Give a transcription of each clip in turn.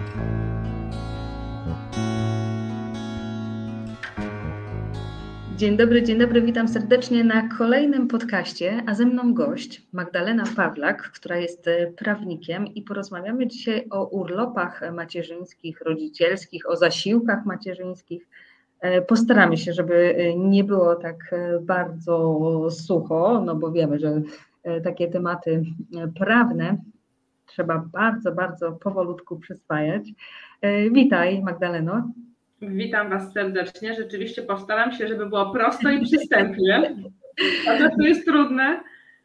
Dzień dobry, witam serdecznie na kolejnym podcaście, a ze mną gość Magdalena Pawlak, która jest prawnikiem i porozmawiamy dzisiaj o urlopach macierzyńskich, rodzicielskich, o zasiłkach macierzyńskich. Postaramy się, żeby nie było tak bardzo sucho, no bo wiemy, że takie tematy prawne trzeba bardzo powolutku przyswajać. Witaj, Magdaleno. Witam Was serdecznie. Rzeczywiście postaram się, żeby było prosto i przystępnie. A to jest trudne.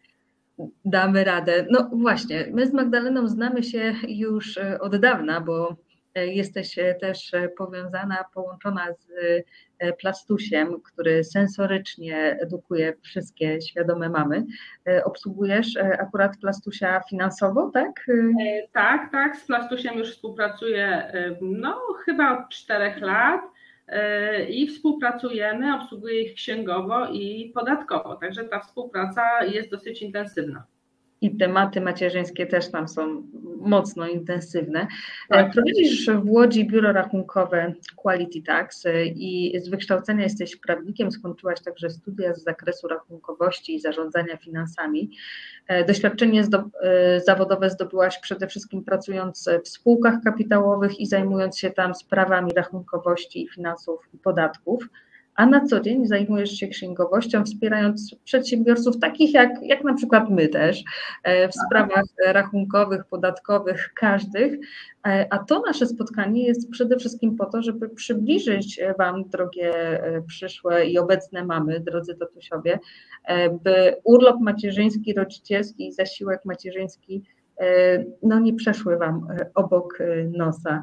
Damy radę. No właśnie, my z Magdaleną znamy się już od dawna, bo jesteś też połączona z Plastusiem, który sensorycznie edukuje wszystkie świadome mamy. Obsługujesz akurat Plastusia finansowo, tak? Tak. Z Plastusiem już współpracuję chyba od 4 lat i współpracujemy, obsługuję ich księgowo i podatkowo, także ta współpraca jest dosyć intensywna. I tematy macierzyńskie też tam są mocno intensywne. Tak. Prowadzisz w Łodzi biuro rachunkowe Quality Tax i z wykształcenia jesteś prawnikiem, skończyłaś także studia z zakresu rachunkowości i zarządzania finansami. Doświadczenie zawodowe zdobyłaś przede wszystkim pracując w spółkach kapitałowych i zajmując się tam sprawami rachunkowości, finansów i podatków. A na co dzień zajmujesz się księgowością, wspierając przedsiębiorców takich jak na przykład my też, w sprawach rachunkowych, podatkowych, każdych. A to nasze spotkanie jest przede wszystkim po to, żeby przybliżyć Wam, drogie przyszłe i obecne mamy, drodzy tatusiowie, by urlop macierzyński, rodzicielski i zasiłek macierzyński nie przeszły Wam obok nosa.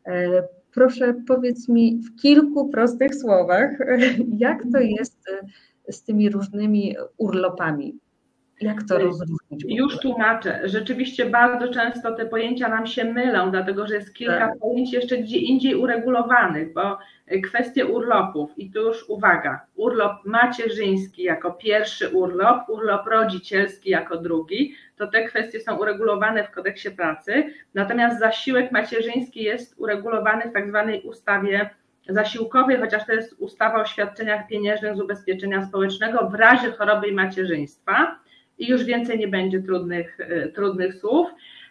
Proszę, powiedz mi w kilku prostych słowach, jak to jest z tymi różnymi urlopami? Jak to rozróżnić? Już tłumaczę. Rzeczywiście bardzo często te pojęcia nam się mylą, dlatego że jest kilka pojęć jeszcze gdzie indziej uregulowanych, bo kwestie urlopów i tu już uwaga, urlop macierzyński jako pierwszy urlop rodzicielski jako drugi, to te kwestie są uregulowane w kodeksie pracy, natomiast zasiłek macierzyński jest uregulowany w tak zwanej ustawie zasiłkowej, chociaż to jest ustawa o świadczeniach pieniężnych z ubezpieczenia społecznego w razie choroby i macierzyństwa. I już więcej nie będzie trudnych słów.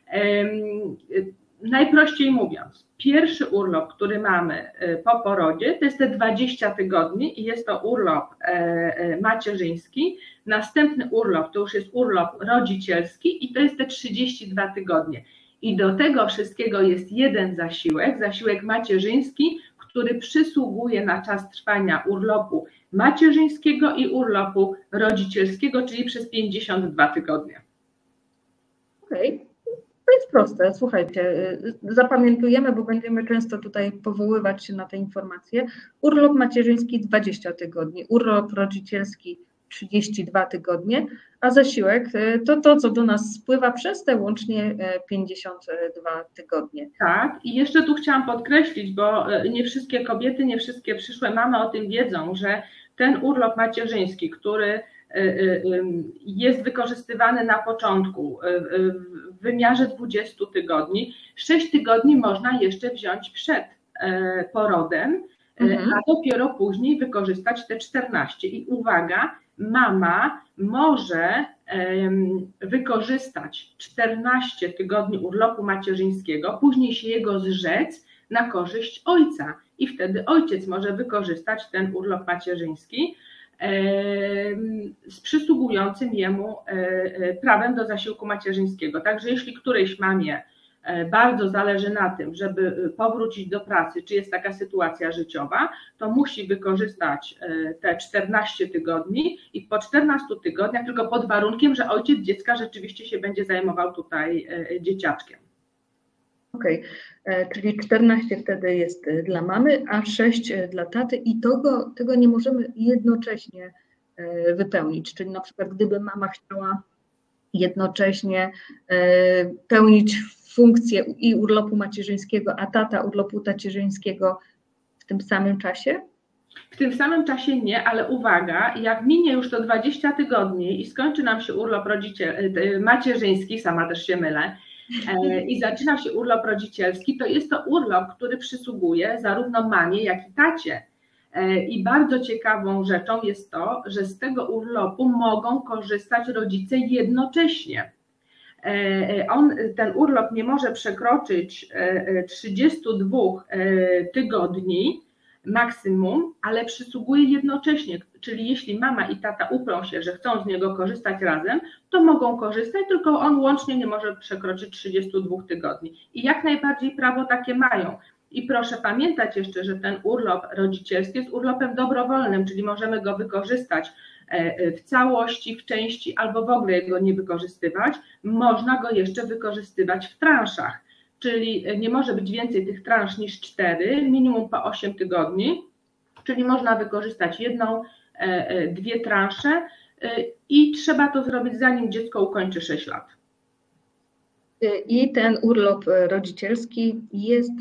Najprościej mówiąc, pierwszy urlop, który mamy po porodzie, to jest te 20 tygodni i jest to urlop macierzyński. Następny urlop to już jest urlop rodzicielski i to jest te 32 tygodnie. I do tego wszystkiego jest jeden zasiłek macierzyński, który przysługuje na czas trwania urlopu macierzyńskiego i urlopu rodzicielskiego, czyli przez 52 tygodnie. Okej. To jest proste, słuchajcie, zapamiętujemy, bo będziemy często tutaj powoływać się na te informacje. Urlop macierzyński 20 tygodni, urlop rodzicielski 32 tygodnie, a zasiłek to co do nas spływa przez te łącznie 52 tygodnie. Tak, i jeszcze tu chciałam podkreślić, bo nie wszystkie kobiety, nie wszystkie przyszłe mamy o tym wiedzą, że ten urlop macierzyński, który jest wykorzystywany na początku w wymiarze 20 tygodni, 6 tygodni można jeszcze wziąć przed porodem, a dopiero później wykorzystać te 14. I uwaga, mama może wykorzystać 14 tygodni urlopu macierzyńskiego, później się jego zrzec na korzyść ojca i wtedy ojciec może wykorzystać ten urlop macierzyński z przysługującym jemu prawem do zasiłku macierzyńskiego. Także jeśli którejś mamie bardzo zależy na tym, żeby powrócić do pracy, czy jest taka sytuacja życiowa, to musi wykorzystać te 14 tygodni i po 14 tygodniach, tylko pod warunkiem, że ojciec dziecka rzeczywiście się będzie zajmował tutaj dzieciaczkiem. Okej, czyli 14 wtedy jest dla mamy, a 6 dla taty i tego nie możemy jednocześnie wypełnić, czyli na przykład gdyby mama chciała jednocześnie pełnić funkcję i urlopu macierzyńskiego, a tata urlopu tacierzyńskiego w tym samym czasie? W tym samym czasie nie, ale uwaga, jak minie już to 20 tygodni i skończy nam się urlop macierzyński, sama też się mylę, i zaczyna się urlop rodzicielski, to jest to urlop, który przysługuje zarówno mamie, jak i tacie. I bardzo ciekawą rzeczą jest to, że z tego urlopu mogą korzystać rodzice jednocześnie. Ten urlop nie może przekroczyć 32 tygodni maksimum, ale przysługuje jednocześnie, czyli jeśli mama i tata uprą się, że chcą z niego korzystać razem, to mogą korzystać, tylko on łącznie nie może przekroczyć 32 tygodni. I jak najbardziej prawo takie mają. I proszę pamiętać jeszcze, że ten urlop rodzicielski jest urlopem dobrowolnym, czyli możemy go wykorzystać w całości, w części albo w ogóle go nie wykorzystywać. Można go jeszcze wykorzystywać w transzach, czyli nie może być więcej tych transz niż 4, minimum po 8 tygodni, czyli można wykorzystać jedną, 2 transze i trzeba to zrobić zanim dziecko ukończy 6 lat. I ten urlop rodzicielski jest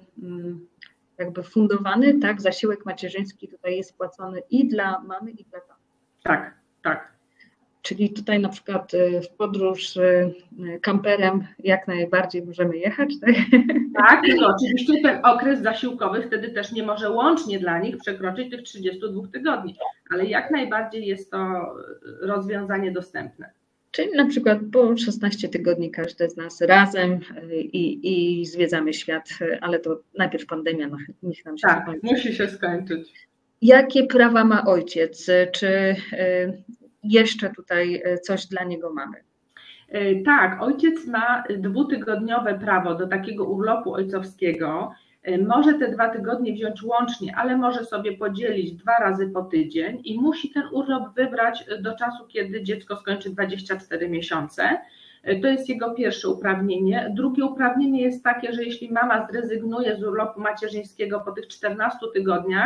jakby fundowany, tak? Zasiłek macierzyński tutaj jest płacony i dla mamy, i dla taty. Tak, tak. Czyli tutaj na przykład w podróż kamperem jak najbardziej możemy jechać, tak? Tak, no oczywiście ten okres zasiłkowy wtedy też nie może łącznie dla nich przekroczyć tych 32 tygodni, ale jak najbardziej jest to rozwiązanie dostępne. Czyli na przykład po 16 tygodni każdy z nas razem i zwiedzamy świat, ale to najpierw pandemia niech nam się skończy. Tak, musi się skończyć. Jakie prawa ma ojciec? Czy jeszcze tutaj coś dla niego mamy? Tak, ojciec ma 2-tygodniowe prawo do takiego urlopu ojcowskiego. Może te 2 tygodnie wziąć łącznie, ale może sobie podzielić 2 razy po tydzień i musi ten urlop wybrać do czasu, kiedy dziecko skończy 24 miesiące. To jest jego pierwsze uprawnienie. Drugie uprawnienie jest takie, że jeśli mama zrezygnuje z urlopu macierzyńskiego po tych 14 tygodniach,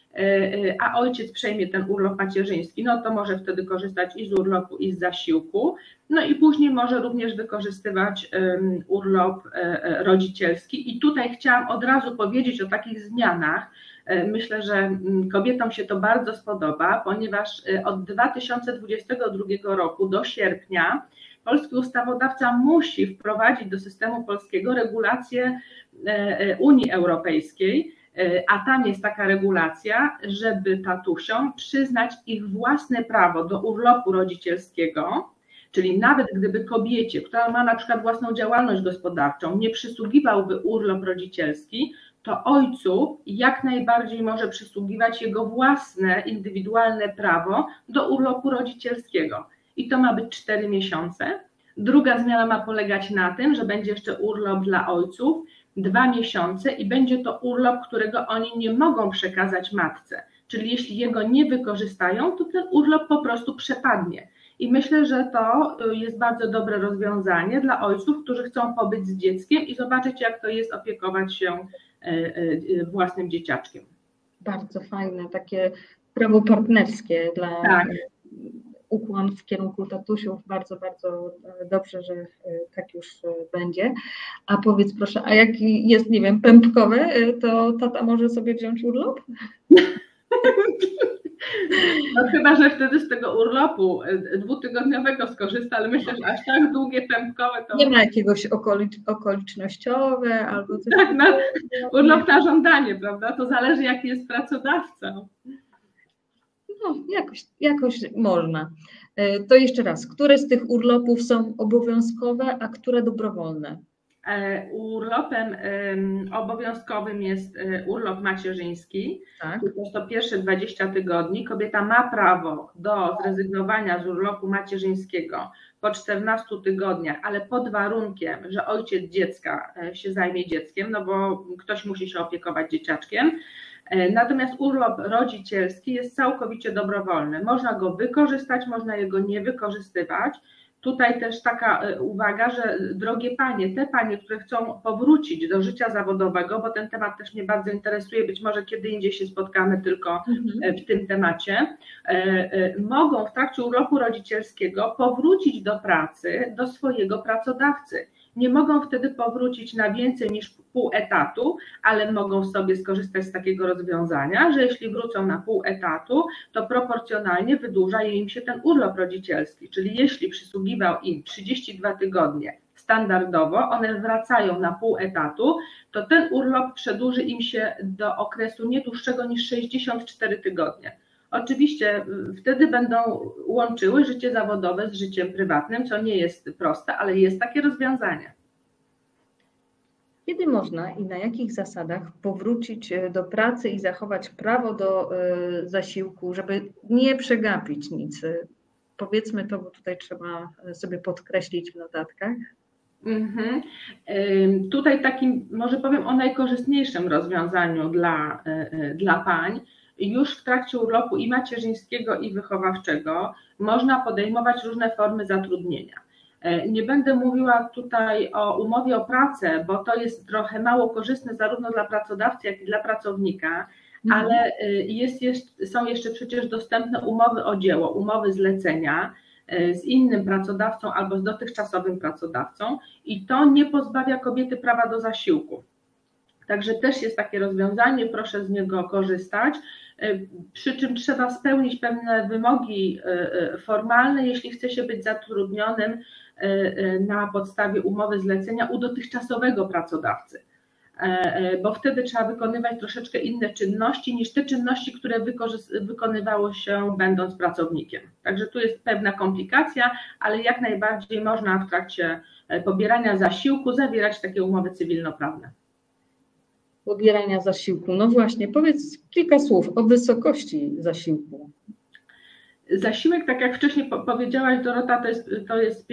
a ojciec przejmie ten urlop macierzyński, no to może wtedy korzystać i z urlopu, i z zasiłku. No i później może również wykorzystywać urlop rodzicielski. I tutaj chciałam od razu powiedzieć o takich zmianach. Myślę, że kobietom się to bardzo spodoba, ponieważ od 2022 roku do sierpnia polski ustawodawca musi wprowadzić do systemu polskiego regulacje Unii Europejskiej, a tam jest taka regulacja, żeby tatusiom przyznać ich własne prawo do urlopu rodzicielskiego, czyli nawet gdyby kobiecie, która ma na przykład własną działalność gospodarczą, nie przysługiwałby urlop rodzicielski, to ojcu jak najbardziej może przysługiwać jego własne, indywidualne prawo do urlopu rodzicielskiego. I to ma być 4 miesiące. Druga zmiana ma polegać na tym, że będzie jeszcze urlop dla ojców, 2 miesiące i będzie to urlop, którego oni nie mogą przekazać matce. Czyli jeśli jego nie wykorzystają, to ten urlop po prostu przepadnie. I myślę, że to jest bardzo dobre rozwiązanie dla ojców, którzy chcą pobyć z dzieckiem i zobaczyć, jak to jest opiekować się własnym dzieciaczkiem. Bardzo fajne, takie prawo partnerskie dla ukłon w kierunku tatusiów. Bardzo, bardzo dobrze, że tak już będzie. A powiedz proszę, a jak jest, nie wiem, pępkowe, to tata może sobie wziąć urlop? No chyba, że wtedy z tego urlopu 2-tygodniowego skorzysta, ale myślę, że aż tak długie pępkowe to... Nie ma jakiegoś okolicznościowe albo coś. Tak, no, urlop na żądanie, prawda? To zależy, jaki jest pracodawca. No, jakoś można. To jeszcze raz, które z tych urlopów są obowiązkowe, a które dobrowolne? Urlopem obowiązkowym jest urlop macierzyński. Tak. To pierwsze 20 tygodni. Kobieta ma prawo do zrezygnowania z urlopu macierzyńskiego po 14 tygodniach, ale pod warunkiem, że ojciec dziecka się zajmie dzieckiem, no bo ktoś musi się opiekować dzieciaczkiem. Natomiast urlop rodzicielski jest całkowicie dobrowolny. Można go wykorzystać, można jego nie wykorzystywać. Tutaj też taka uwaga, że drogie panie, te panie, które chcą powrócić do życia zawodowego, bo ten temat też mnie bardzo interesuje, być może kiedy indziej się spotkamy tylko w tym temacie, mogą w trakcie urlopu rodzicielskiego powrócić do pracy, do swojego pracodawcy. Nie mogą wtedy powrócić na więcej niż pół etatu, ale mogą sobie skorzystać z takiego rozwiązania, że jeśli wrócą na pół etatu, to proporcjonalnie wydłuża im się ten urlop rodzicielski. Czyli jeśli przysługiwał im 32 tygodnie z standardowo, one wracają na pół etatu, to ten urlop przedłuży im się do okresu nie dłuższego niż 64 tygodnie. Oczywiście wtedy będą łączyły życie zawodowe z życiem prywatnym, co nie jest proste, ale jest takie rozwiązanie. Kiedy można i na jakich zasadach powrócić do pracy i zachować prawo do zasiłku, żeby nie przegapić nic? Powiedzmy to, bo tutaj trzeba sobie podkreślić w notatkach. Tutaj takim, może powiem o najkorzystniejszym rozwiązaniu dla pań. Już w trakcie urlopu i macierzyńskiego, i wychowawczego można podejmować różne formy zatrudnienia. Nie będę mówiła tutaj o umowie o pracę, bo to jest trochę mało korzystne zarówno dla pracodawcy, jak i dla pracownika, ale są jeszcze przecież dostępne umowy o dzieło, umowy zlecenia z innym pracodawcą albo z dotychczasowym pracodawcą i to nie pozbawia kobiety prawa do zasiłku. Także też jest takie rozwiązanie, proszę z niego korzystać, przy czym trzeba spełnić pewne wymogi formalne, jeśli chce się być zatrudnionym na podstawie umowy zlecenia u dotychczasowego pracodawcy, bo wtedy trzeba wykonywać troszeczkę inne czynności niż te czynności, które wykonywało się będąc pracownikiem. Także tu jest pewna komplikacja, ale jak najbardziej można w trakcie pobierania zasiłku zawierać takie umowy cywilnoprawne. Pobierania zasiłku. No właśnie, powiedz kilka słów o wysokości zasiłku. Zasiłek, tak jak wcześniej powiedziałaś, Dorota, to jest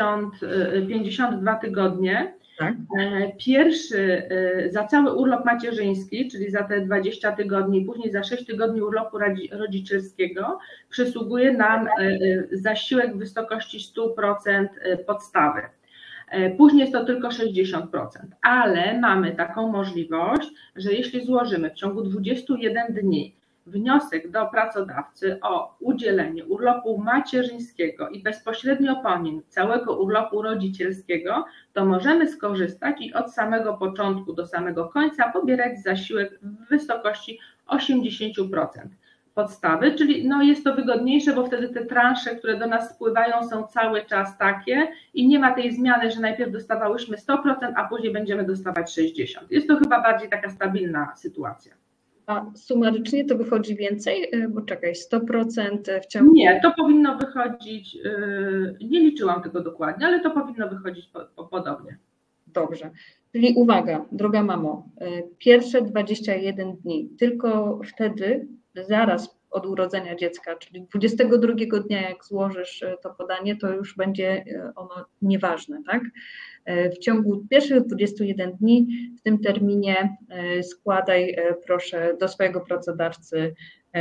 52 tygodnie. Tak. Pierwszy za cały urlop macierzyński, czyli za te 20 tygodni, później za 6 tygodni urlopu rodzicielskiego przysługuje nam zasiłek w wysokości 100% podstawy. Później jest to tylko 60%, ale mamy taką możliwość, że jeśli złożymy w ciągu 21 dni wniosek do pracodawcy o udzielenie urlopu macierzyńskiego i bezpośrednio po nim całego urlopu rodzicielskiego, to możemy skorzystać i od samego początku do samego końca pobierać zasiłek w wysokości 80% podstawy, czyli jest to wygodniejsze, bo wtedy te transze, które do nas spływają, są cały czas takie i nie ma tej zmiany, że najpierw dostawałyśmy 100%, a później będziemy dostawać 60%. Jest to chyba bardziej taka stabilna sytuacja. A sumarycznie to wychodzi więcej? Bo czekaj, 100% w ciągu... Nie, to powinno wychodzić, nie liczyłam tego dokładnie, ale to powinno wychodzić podobnie. Dobrze, czyli uwaga, droga mamo, pierwsze 21 dni, tylko wtedy, zaraz od urodzenia dziecka, czyli 22 dnia, jak złożysz to podanie, to już będzie ono nieważne, tak? W ciągu pierwszych 21 dni w tym terminie składaj proszę do swojego pracodawcy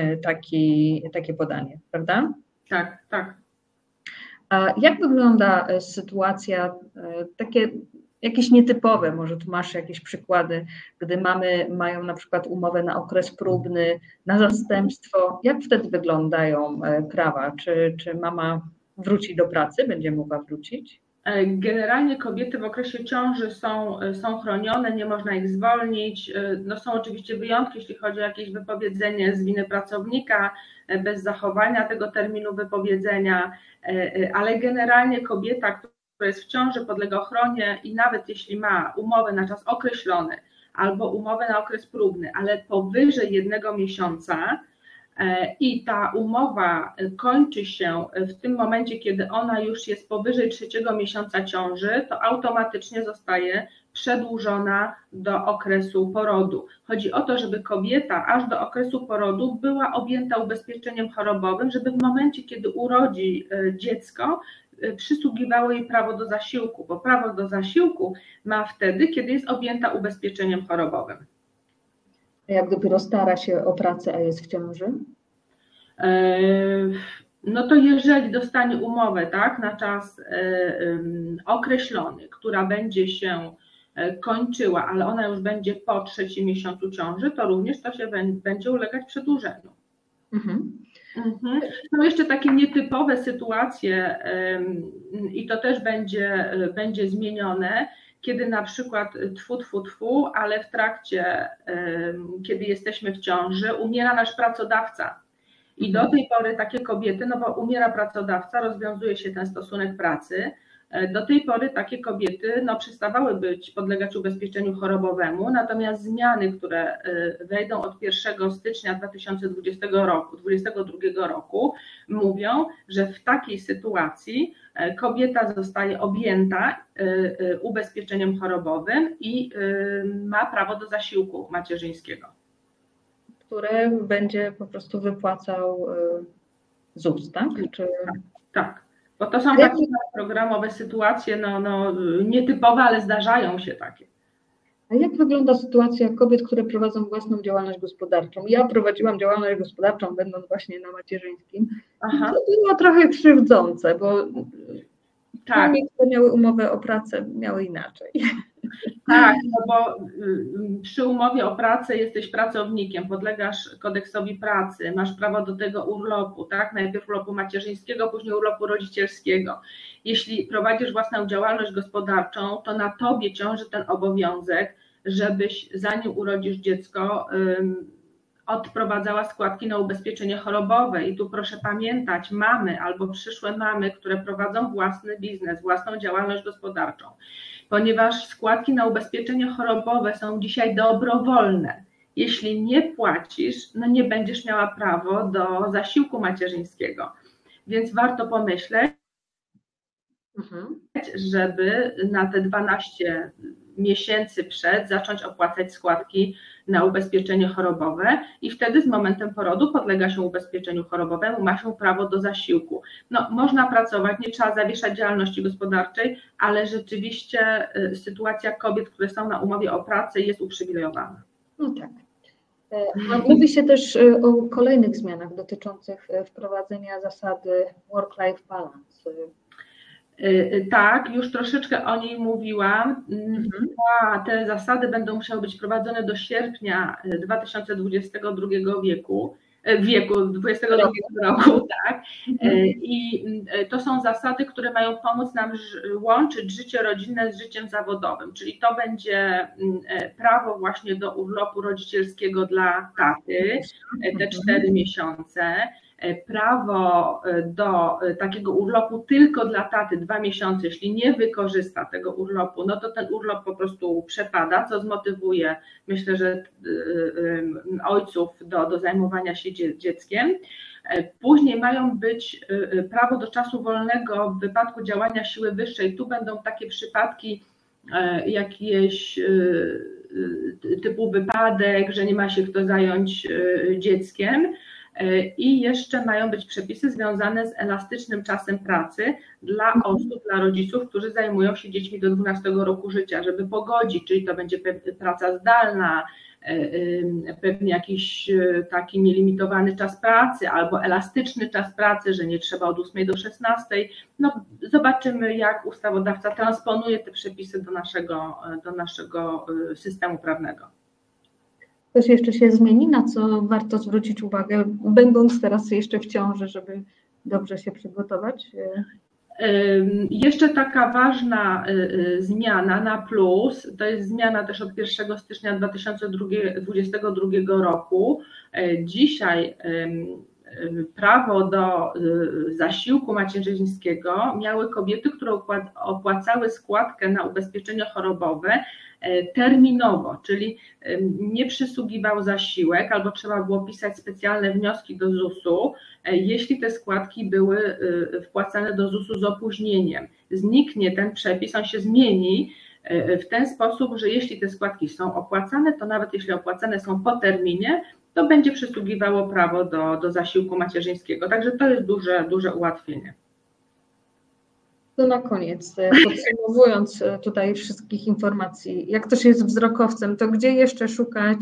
takie podanie, prawda? Tak, tak. A jak wygląda sytuacja, takie jakieś nietypowe, może tu masz jakieś przykłady, gdy mamy mają na przykład umowę na okres próbny, na zastępstwo, jak wtedy wyglądają prawa? Czy mama wróci do pracy, będzie mogła wrócić? Generalnie kobiety w okresie ciąży są chronione, nie można ich zwolnić. Są oczywiście wyjątki, jeśli chodzi o jakieś wypowiedzenie z winy pracownika, bez zachowania tego terminu wypowiedzenia, ale generalnie kobieta, która jest w ciąży, podlega ochronie i nawet jeśli ma umowę na czas określony albo umowę na okres próbny, ale powyżej 1 miesiąca i ta umowa kończy się w tym momencie, kiedy ona już jest powyżej 3 miesiąca ciąży, to automatycznie zostaje przedłużona do okresu porodu. Chodzi o to, żeby kobieta aż do okresu porodu była objęta ubezpieczeniem chorobowym, żeby w momencie, kiedy urodzi dziecko, przysługiwało jej prawo do zasiłku, bo prawo do zasiłku ma wtedy, kiedy jest objęta ubezpieczeniem chorobowym. A jak dopiero stara się o pracę, a jest w ciąży? No to jeżeli dostanie umowę, tak, na czas określony, która będzie się kończyła, ale ona już będzie po 3 miesiącu ciąży, to również to się będzie ulegać przedłużeniu. Są jeszcze takie nietypowe sytuacje i to też będzie zmienione, kiedy na przykład tfu, ale w trakcie, kiedy jesteśmy w ciąży, umiera nasz pracodawca. I do tej pory takie kobiety, no bo umiera pracodawca, rozwiązuje się ten stosunek pracy, Do tej pory takie kobiety przestawały podlegać ubezpieczeniu chorobowemu, natomiast zmiany, które wejdą od 1 stycznia 2022 roku, mówią, że w takiej sytuacji kobieta zostaje objęta ubezpieczeniem chorobowym i ma prawo do zasiłku macierzyńskiego. Które będzie po prostu wypłacał ZUS, tak? Tak. Bo to są takie programowe sytuacje, nietypowe, ale zdarzają się takie. A jak wygląda sytuacja kobiet, które prowadzą własną działalność gospodarczą? Ja prowadziłam działalność gospodarczą, będąc właśnie na macierzyńskim. Aha. To było trochę krzywdzące, bo kobiety, które miały umowę o pracę, miały inaczej. Tak, bo przy umowie o pracę jesteś pracownikiem, podlegasz kodeksowi pracy, masz prawo do tego urlopu, tak? Najpierw urlopu macierzyńskiego, później urlopu rodzicielskiego. Jeśli prowadzisz własną działalność gospodarczą, to na tobie ciąży ten obowiązek, żebyś zanim urodzisz dziecko, odprowadzała składki na ubezpieczenie chorobowe. I tu proszę pamiętać, mamy albo przyszłe mamy, które prowadzą własny biznes, własną działalność gospodarczą, ponieważ składki na ubezpieczenie chorobowe są dzisiaj dobrowolne. Jeśli nie płacisz, nie będziesz miała prawa do zasiłku macierzyńskiego. Więc warto pomyśleć, żeby na te 12 miesięcy przed zacząć opłacać składki na ubezpieczenie chorobowe i wtedy z momentem porodu podlega się ubezpieczeniu chorobowemu, ma się prawo do zasiłku. Można pracować, nie trzeba zawieszać działalności gospodarczej, ale rzeczywiście sytuacja kobiet, które są na umowie o pracę, jest uprzywilejowana. No tak. A mówi się też o kolejnych zmianach dotyczących wprowadzenia zasady work-life balance. Tak, już troszeczkę o niej mówiłam. Te zasady będą musiały być wprowadzone do sierpnia 2022 roku, tak. I to są zasady, które mają pomóc nam łączyć życie rodzinne z życiem zawodowym, czyli to będzie prawo właśnie do urlopu rodzicielskiego dla taty, te 4 miesiące, prawo do takiego urlopu tylko dla taty 2 miesiące, jeśli nie wykorzysta tego urlopu, to ten urlop po prostu przepada, co zmotywuje, myślę, że ojców do zajmowania się dzieckiem. Później mają być prawo do czasu wolnego w wypadku działania siły wyższej. Tu będą takie przypadki jakieś typu wypadek, że nie ma się kto zająć dzieckiem. I jeszcze mają być przepisy związane z elastycznym czasem pracy dla osób, dla rodziców, którzy zajmują się dziećmi do 12 roku życia, żeby pogodzić, czyli to będzie praca zdalna, pewnie jakiś taki nielimitowany czas pracy albo elastyczny czas pracy, że nie trzeba od 8 do 16. Zobaczymy, jak ustawodawca transponuje te przepisy do naszego systemu prawnego. Coś jeszcze się zmieni, na co warto zwrócić uwagę, będąc teraz jeszcze w ciąży, żeby dobrze się przygotować? Jeszcze taka ważna zmiana na plus, to jest zmiana też od 1 stycznia 2022 roku. Dzisiaj prawo do zasiłku macierzyńskiego miały kobiety, które opłacały składkę na ubezpieczenie chorobowe terminowo, czyli nie przysługiwał zasiłek albo trzeba było pisać specjalne wnioski do ZUS-u, jeśli te składki były wpłacane do ZUS-u z opóźnieniem. Zniknie ten przepis, on się zmieni w ten sposób, że jeśli te składki są opłacane, to nawet jeśli opłacane są po terminie, to będzie przysługiwało prawo do zasiłku macierzyńskiego. Także to jest duże ułatwienie. To na koniec, podsumowując tutaj wszystkich informacji, jak ktoś jest wzrokowcem, to gdzie jeszcze szukać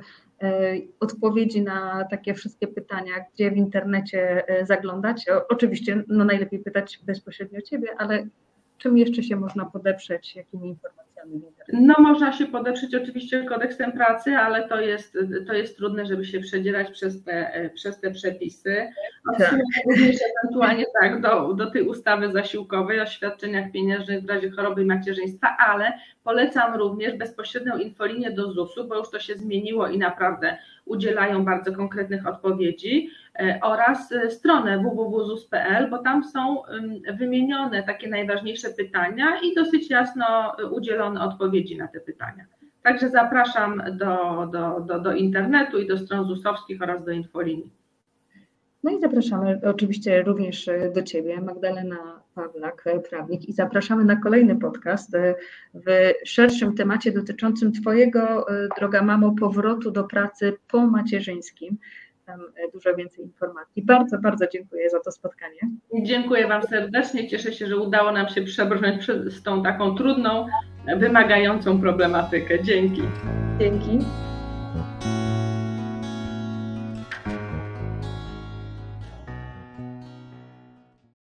odpowiedzi na takie wszystkie pytania, gdzie w internecie zaglądać? Oczywiście najlepiej pytać bezpośrednio Ciebie, ale czym jeszcze się można podeprzeć, jakimi informacjami w internecie? Można się podeprzeć oczywiście kodeksem pracy, ale to jest trudne, żeby się przedzierać przez te przepisy. Również ewentualnie do tej ustawy zasiłkowej o świadczeniach pieniężnych w razie choroby i macierzyństwa, ale polecam również bezpośrednią infolinię do ZUS-u, bo już to się zmieniło i naprawdę udzielają bardzo konkretnych odpowiedzi. oraz stronę www.ZUS.pl, bo tam są wymienione takie najważniejsze pytania i dosyć jasno udzielone odpowiedzi na te pytania. Także zapraszam do internetu i do stron ZUS-owskich oraz do infolinii. No i zapraszamy oczywiście również do Ciebie, Magdalena Pawlak, prawnik, i zapraszamy na kolejny podcast w szerszym temacie dotyczącym Twojego, droga mamo, powrotu do pracy po macierzyńskim. Tam dużo więcej informacji. Bardzo, bardzo dziękuję za to spotkanie. Dziękuję Wam serdecznie. Cieszę się, że udało nam się przebrnąć z tą taką trudną, wymagającą problematykę. Dzięki. Dzięki.